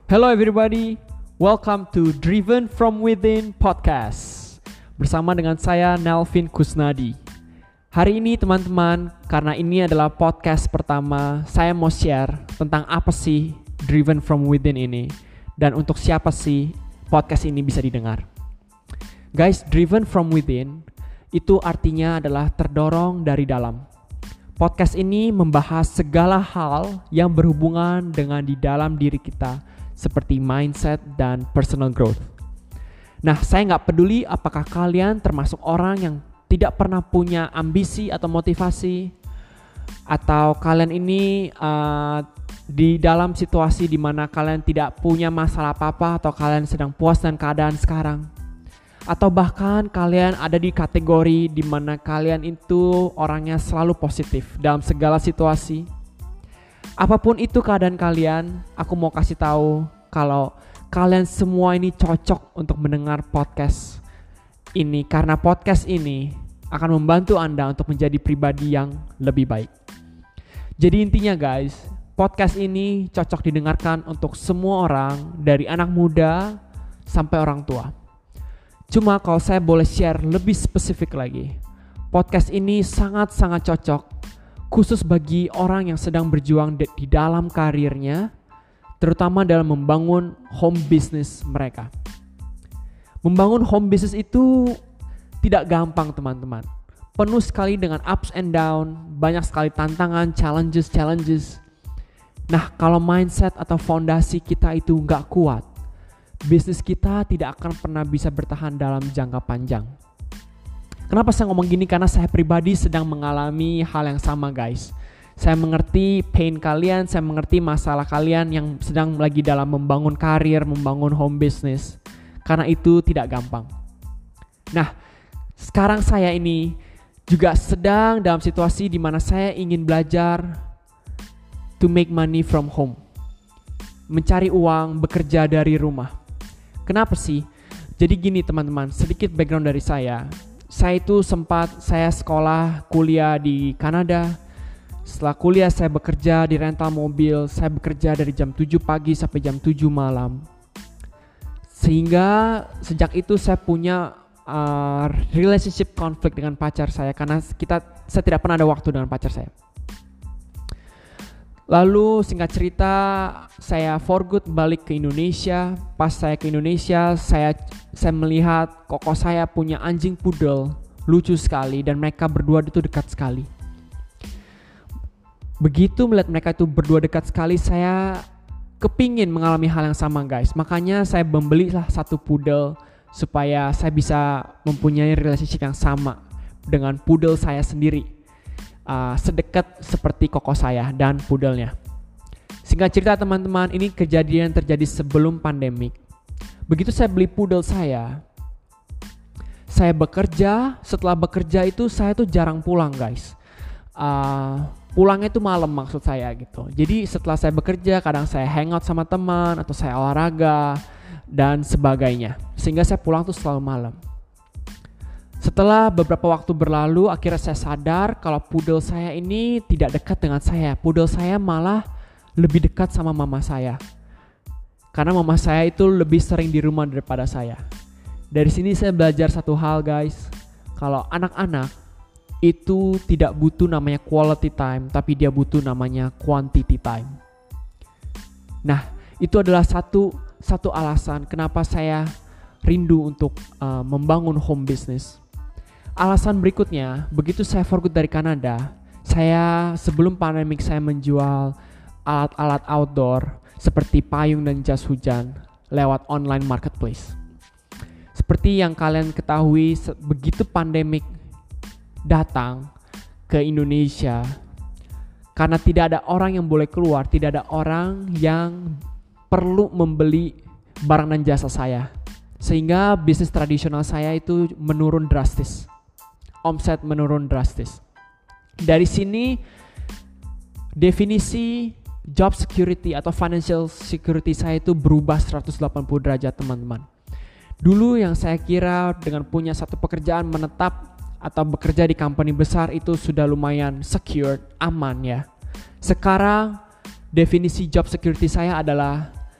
Hello everybody, welcome to Driven From Within Podcast bersama dengan saya Nelvin Kusnadi. Hari ini teman-teman, karena ini adalah podcast pertama, saya mau share tentang apa sih Driven From Within ini dan untuk siapa sih podcast ini bisa didengar. Guys, Driven From Within itu artinya adalah terdorong dari dalam. Podcast ini membahas segala hal yang berhubungan dengan di dalam diri kita, seperti mindset dan personal growth. Nah, saya nggak peduli apakah kalian termasuk orang yang tidak pernah punya ambisi atau motivasi, atau kalian ini di dalam situasi di mana kalian tidak punya masalah apa-apa, atau kalian sedang puas dengan keadaan sekarang, atau bahkan kalian ada di kategori di mana kalian itu orangnya selalu positif dalam segala situasi. Apapun itu keadaan kalian, aku mau kasih tahu kalau kalian semua ini cocok untuk mendengar podcast ini, karena podcast ini akan membantu Anda untuk menjadi pribadi yang lebih baik. Jadi intinya guys, podcast ini cocok didengarkan untuk semua orang, dari anak muda sampai orang tua. Cuma kalau saya boleh share lebih spesifik lagi, podcast ini sangat-sangat cocok khusus bagi orang yang sedang berjuang di dalam karirnya, terutama dalam membangun home business mereka. Membangun home business itu tidak gampang teman-teman. Penuh sekali dengan ups and down, banyak sekali tantangan, challenges. Nah, kalau mindset atau fondasi kita itu nggak kuat, bisnis kita tidak akan pernah bisa bertahan dalam jangka panjang. Kenapa saya ngomong gini? Karena saya pribadi sedang mengalami hal yang sama guys. Saya mengerti pain kalian, saya mengerti masalah kalian yang sedang lagi dalam membangun karir, membangun home business. Karena itu tidak gampang. Nah, sekarang saya ini juga sedang dalam situasi di mana saya ingin belajar to make money from home. Mencari uang, bekerja dari rumah. Kenapa sih? Jadi gini teman-teman, sedikit background dari saya. Saya itu saya sekolah kuliah di Kanada. Setelah kuliah saya bekerja di rental mobil. Saya bekerja dari jam 7 pagi sampai jam 7 malam. Sehingga sejak itu saya punya relationship konflik dengan pacar saya, karena saya tidak pernah ada waktu dengan pacar saya. Lalu singkat cerita, saya for good balik ke Indonesia. Pas saya ke Indonesia, saya melihat koko saya punya anjing poodle, lucu sekali, dan mereka berdua itu dekat sekali. Begitu melihat mereka itu berdua dekat sekali, saya kepingin mengalami hal yang sama guys. Makanya saya membelilah satu poodle supaya saya bisa mempunyai relationship yang sama dengan poodle saya sendiri. Sedekat seperti koko saya dan poodle-nya. Singkat cerita teman-teman, ini kejadian terjadi sebelum pandemik. Begitu saya beli poodle saya bekerja. Setelah bekerja itu saya tuh jarang pulang guys. Pulangnya itu malam maksud saya gitu. Jadi setelah saya bekerja, kadang saya hangout sama teman atau saya olahraga dan sebagainya. Sehingga saya pulang tuh selalu malam. Setelah beberapa waktu berlalu, akhirnya saya sadar kalau poodle saya ini tidak dekat dengan saya. Poodle saya malah lebih dekat sama mama saya. Karena mama saya itu lebih sering di rumah daripada saya. Dari sini saya belajar satu hal guys. Kalau anak-anak itu tidak butuh namanya quality time, tapi dia butuh namanya quantity time. Nah, itu adalah satu alasan kenapa saya rindu untuk membangun home business. Alasan berikutnya, begitu saya for good dari Kanada, sebelum pandemik saya menjual alat-alat outdoor seperti payung dan jas hujan lewat online marketplace. Seperti yang kalian ketahui, begitu pandemik datang ke Indonesia, karena tidak ada orang yang boleh keluar, tidak ada orang yang perlu membeli barang dan jasa saya, sehingga bisnis tradisional saya itu menurun drastis. Omset menurun drastis. Dari sini definisi job security atau financial security saya itu berubah 180 derajat teman-teman. Dulu yang saya kira dengan punya satu pekerjaan menetap atau bekerja di company besar itu sudah lumayan secure, aman ya. Sekarang definisi job security saya adalah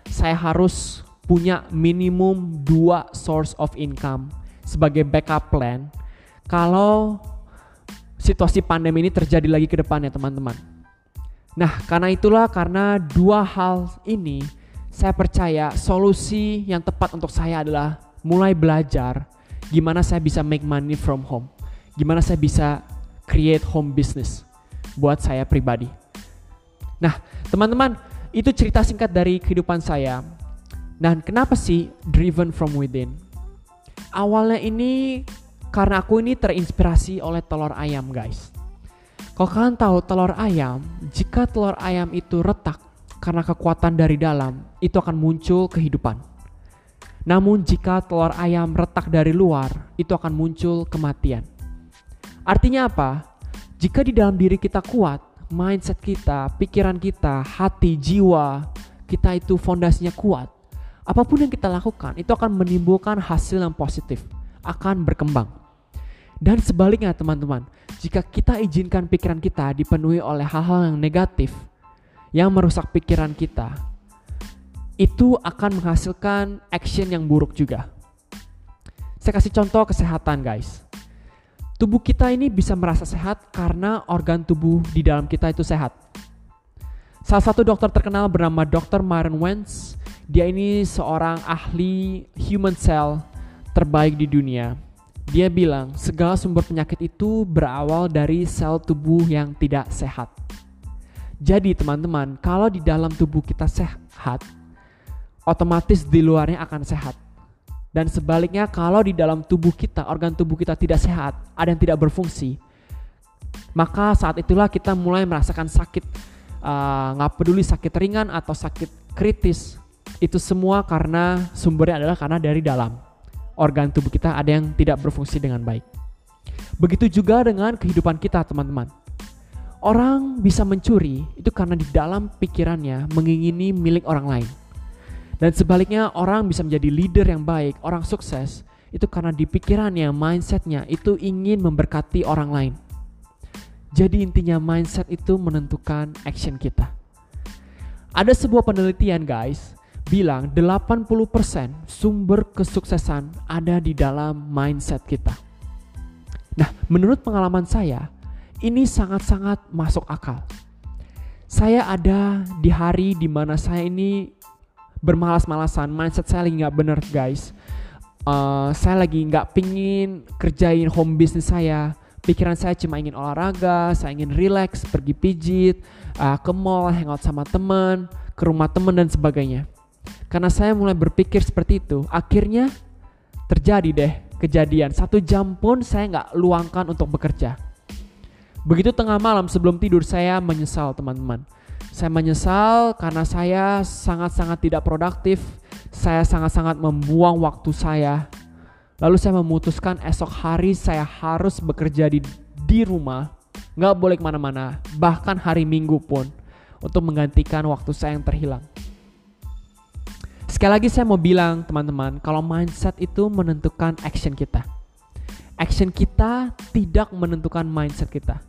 saya harus punya minimum 2 source of income sebagai backup plan kalau situasi pandemi ini terjadi lagi ke depannya teman-teman. Nah, karena 2 hal ini saya percaya solusi yang tepat untuk saya adalah mulai belajar gimana saya bisa make money from home. Gimana saya bisa create home business buat saya pribadi. Nah, teman-teman, itu cerita singkat dari kehidupan saya. Dan kenapa sih driven from within? Awalnya ini karena aku ini terinspirasi oleh telur ayam, guys. Kalau kalian tahu telur ayam, jika telur ayam itu retak karena kekuatan dari dalam, itu akan muncul kehidupan. Namun jika telur ayam retak dari luar, itu akan muncul kematian. Artinya apa? Jika di dalam diri kita kuat, mindset kita, pikiran kita, hati, jiwa kita itu fondasinya kuat, apapun yang kita lakukan itu akan menimbulkan hasil yang positif, akan berkembang. Dan sebaliknya teman-teman, jika kita izinkan pikiran kita dipenuhi oleh hal-hal yang negatif, yang merusak pikiran kita, itu akan menghasilkan action yang buruk juga. Saya kasih contoh kesehatan, guys. Tubuh kita ini bisa merasa sehat karena organ tubuh di dalam kita itu sehat. Salah satu dokter terkenal bernama Dr. Myron Wentz, dia ini seorang ahli human cell terbaik di dunia. Dia bilang segala sumber penyakit itu berawal dari sel tubuh yang tidak sehat. Jadi teman-teman, kalau di dalam tubuh kita sehat, otomatis di luarnya akan sehat. Dan sebaliknya kalau di dalam tubuh kita, organ tubuh kita tidak sehat, ada yang tidak berfungsi, maka saat itulah kita mulai merasakan sakit, gak peduli sakit ringan atau sakit kritis, itu semua karena sumbernya adalah karena dari dalam. Organ tubuh kita ada yang tidak berfungsi dengan baik. Begitu juga dengan kehidupan kita teman-teman. Orang bisa mencuri itu karena di dalam pikirannya mengingini milik orang lain. Dan sebaliknya orang bisa menjadi leader yang baik, orang sukses, itu karena di pikirannya, mindsetnya itu ingin memberkati orang lain. Jadi intinya mindset itu menentukan action kita. Ada sebuah penelitian guys, bilang 80% sumber kesuksesan ada di dalam mindset kita. Nah, menurut pengalaman saya, ini sangat-sangat masuk akal. Saya ada di hari di mana saya ini bermalas-malasan, mindset saya lagi gak bener guys. Saya lagi gak pingin kerjain home business saya. Pikiran saya cuma ingin olahraga, saya ingin relax, pergi pijit, ke mall, hangout sama teman, ke rumah teman dan sebagainya. Karena saya mulai berpikir seperti itu, akhirnya terjadi deh kejadian. 1 jam pun saya gak luangkan untuk bekerja. Begitu tengah malam sebelum tidur saya menyesal teman-teman. Saya menyesal karena saya sangat-sangat tidak produktif. Saya sangat-sangat membuang waktu saya. Lalu saya memutuskan esok hari saya harus bekerja di rumah. Gak boleh kemana-mana, bahkan hari Minggu pun, untuk menggantikan waktu saya yang terhilang. Sekali lagi saya mau bilang teman-teman, kalau mindset itu menentukan action kita. Action kita tidak menentukan mindset kita.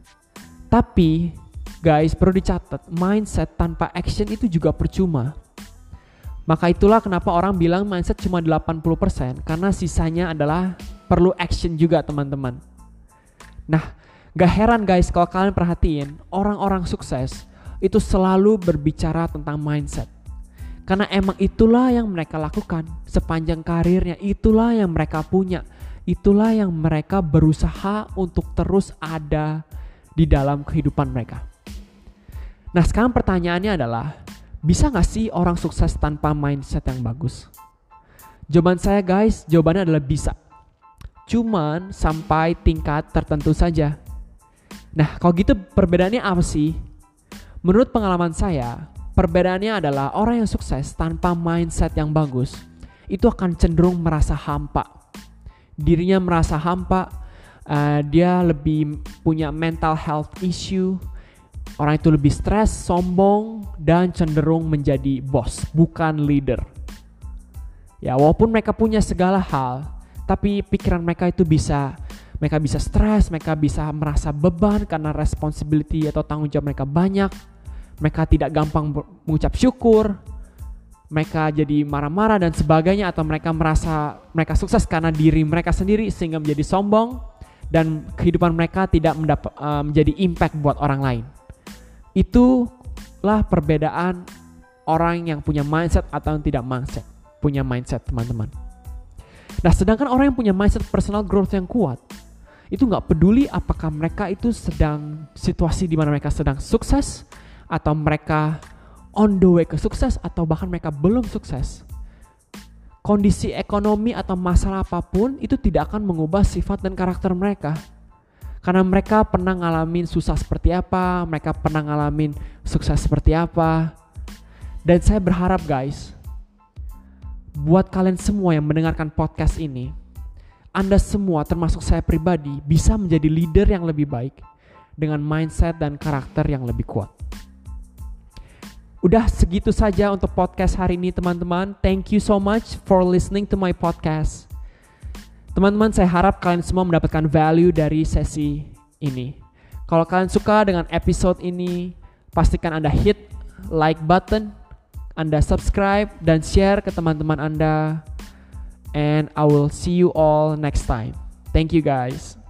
Tapi guys, perlu dicatat, mindset tanpa action itu juga percuma. Maka itulah kenapa orang bilang mindset cuma 80%, karena sisanya adalah perlu action juga teman-teman. Nah, gak heran guys kalau kalian perhatiin, orang-orang sukses itu selalu berbicara tentang mindset. Karena emang itulah yang mereka lakukan sepanjang karirnya, itulah yang mereka punya, itulah yang mereka berusaha untuk terus ada di dalam kehidupan mereka. Nah sekarang pertanyaannya adalah, bisa gak sih orang sukses tanpa mindset yang bagus? Jawaban saya guys, jawabannya adalah bisa. Cuman sampai tingkat tertentu saja. Nah kalau gitu perbedaannya apa sih? Menurut pengalaman saya, perbedaannya adalah orang yang sukses tanpa mindset yang bagus itu akan cenderung merasa hampa. Dirinya merasa hampa, dia lebih punya mental health issue. Orang itu lebih stres, sombong, dan cenderung menjadi bos, bukan leader. Ya, walaupun mereka punya segala hal, tapi pikiran mereka itu mereka bisa stres, mereka bisa merasa beban karena responsibility atau tanggung jawab mereka banyak. Mereka tidak gampang mengucap syukur. mereka jadi marah-marah dan sebagainya, atau mereka merasa mereka sukses karena diri mereka sendiri sehingga menjadi sombong dan kehidupan mereka tidak menjadi impact buat orang lain. Itulah perbedaan orang yang punya mindset atau yang tidak punya mindset, teman-teman. Nah, sedangkan orang yang punya mindset personal growth yang kuat, itu gak peduli apakah mereka itu sedang situasi di mana mereka sedang sukses, atau mereka on the way ke sukses, atau bahkan mereka belum sukses. Kondisi ekonomi atau masalah apapun itu tidak akan mengubah sifat dan karakter mereka. Karena mereka pernah ngalamin susah seperti apa, mereka pernah ngalamin sukses seperti apa. Dan saya berharap guys, buat kalian semua yang mendengarkan podcast ini, Anda semua termasuk saya pribadi bisa menjadi leader yang lebih baik dengan mindset dan karakter yang lebih kuat. Udah segitu saja untuk podcast hari ini teman-teman. Thank you so much for listening to my podcast. Teman-teman, saya harap kalian semua mendapatkan value dari sesi ini. Kalau kalian suka dengan episode ini, pastikan Anda hit like button, Anda subscribe dan share ke teman-teman Anda. And I will see you all next time. Thank you guys.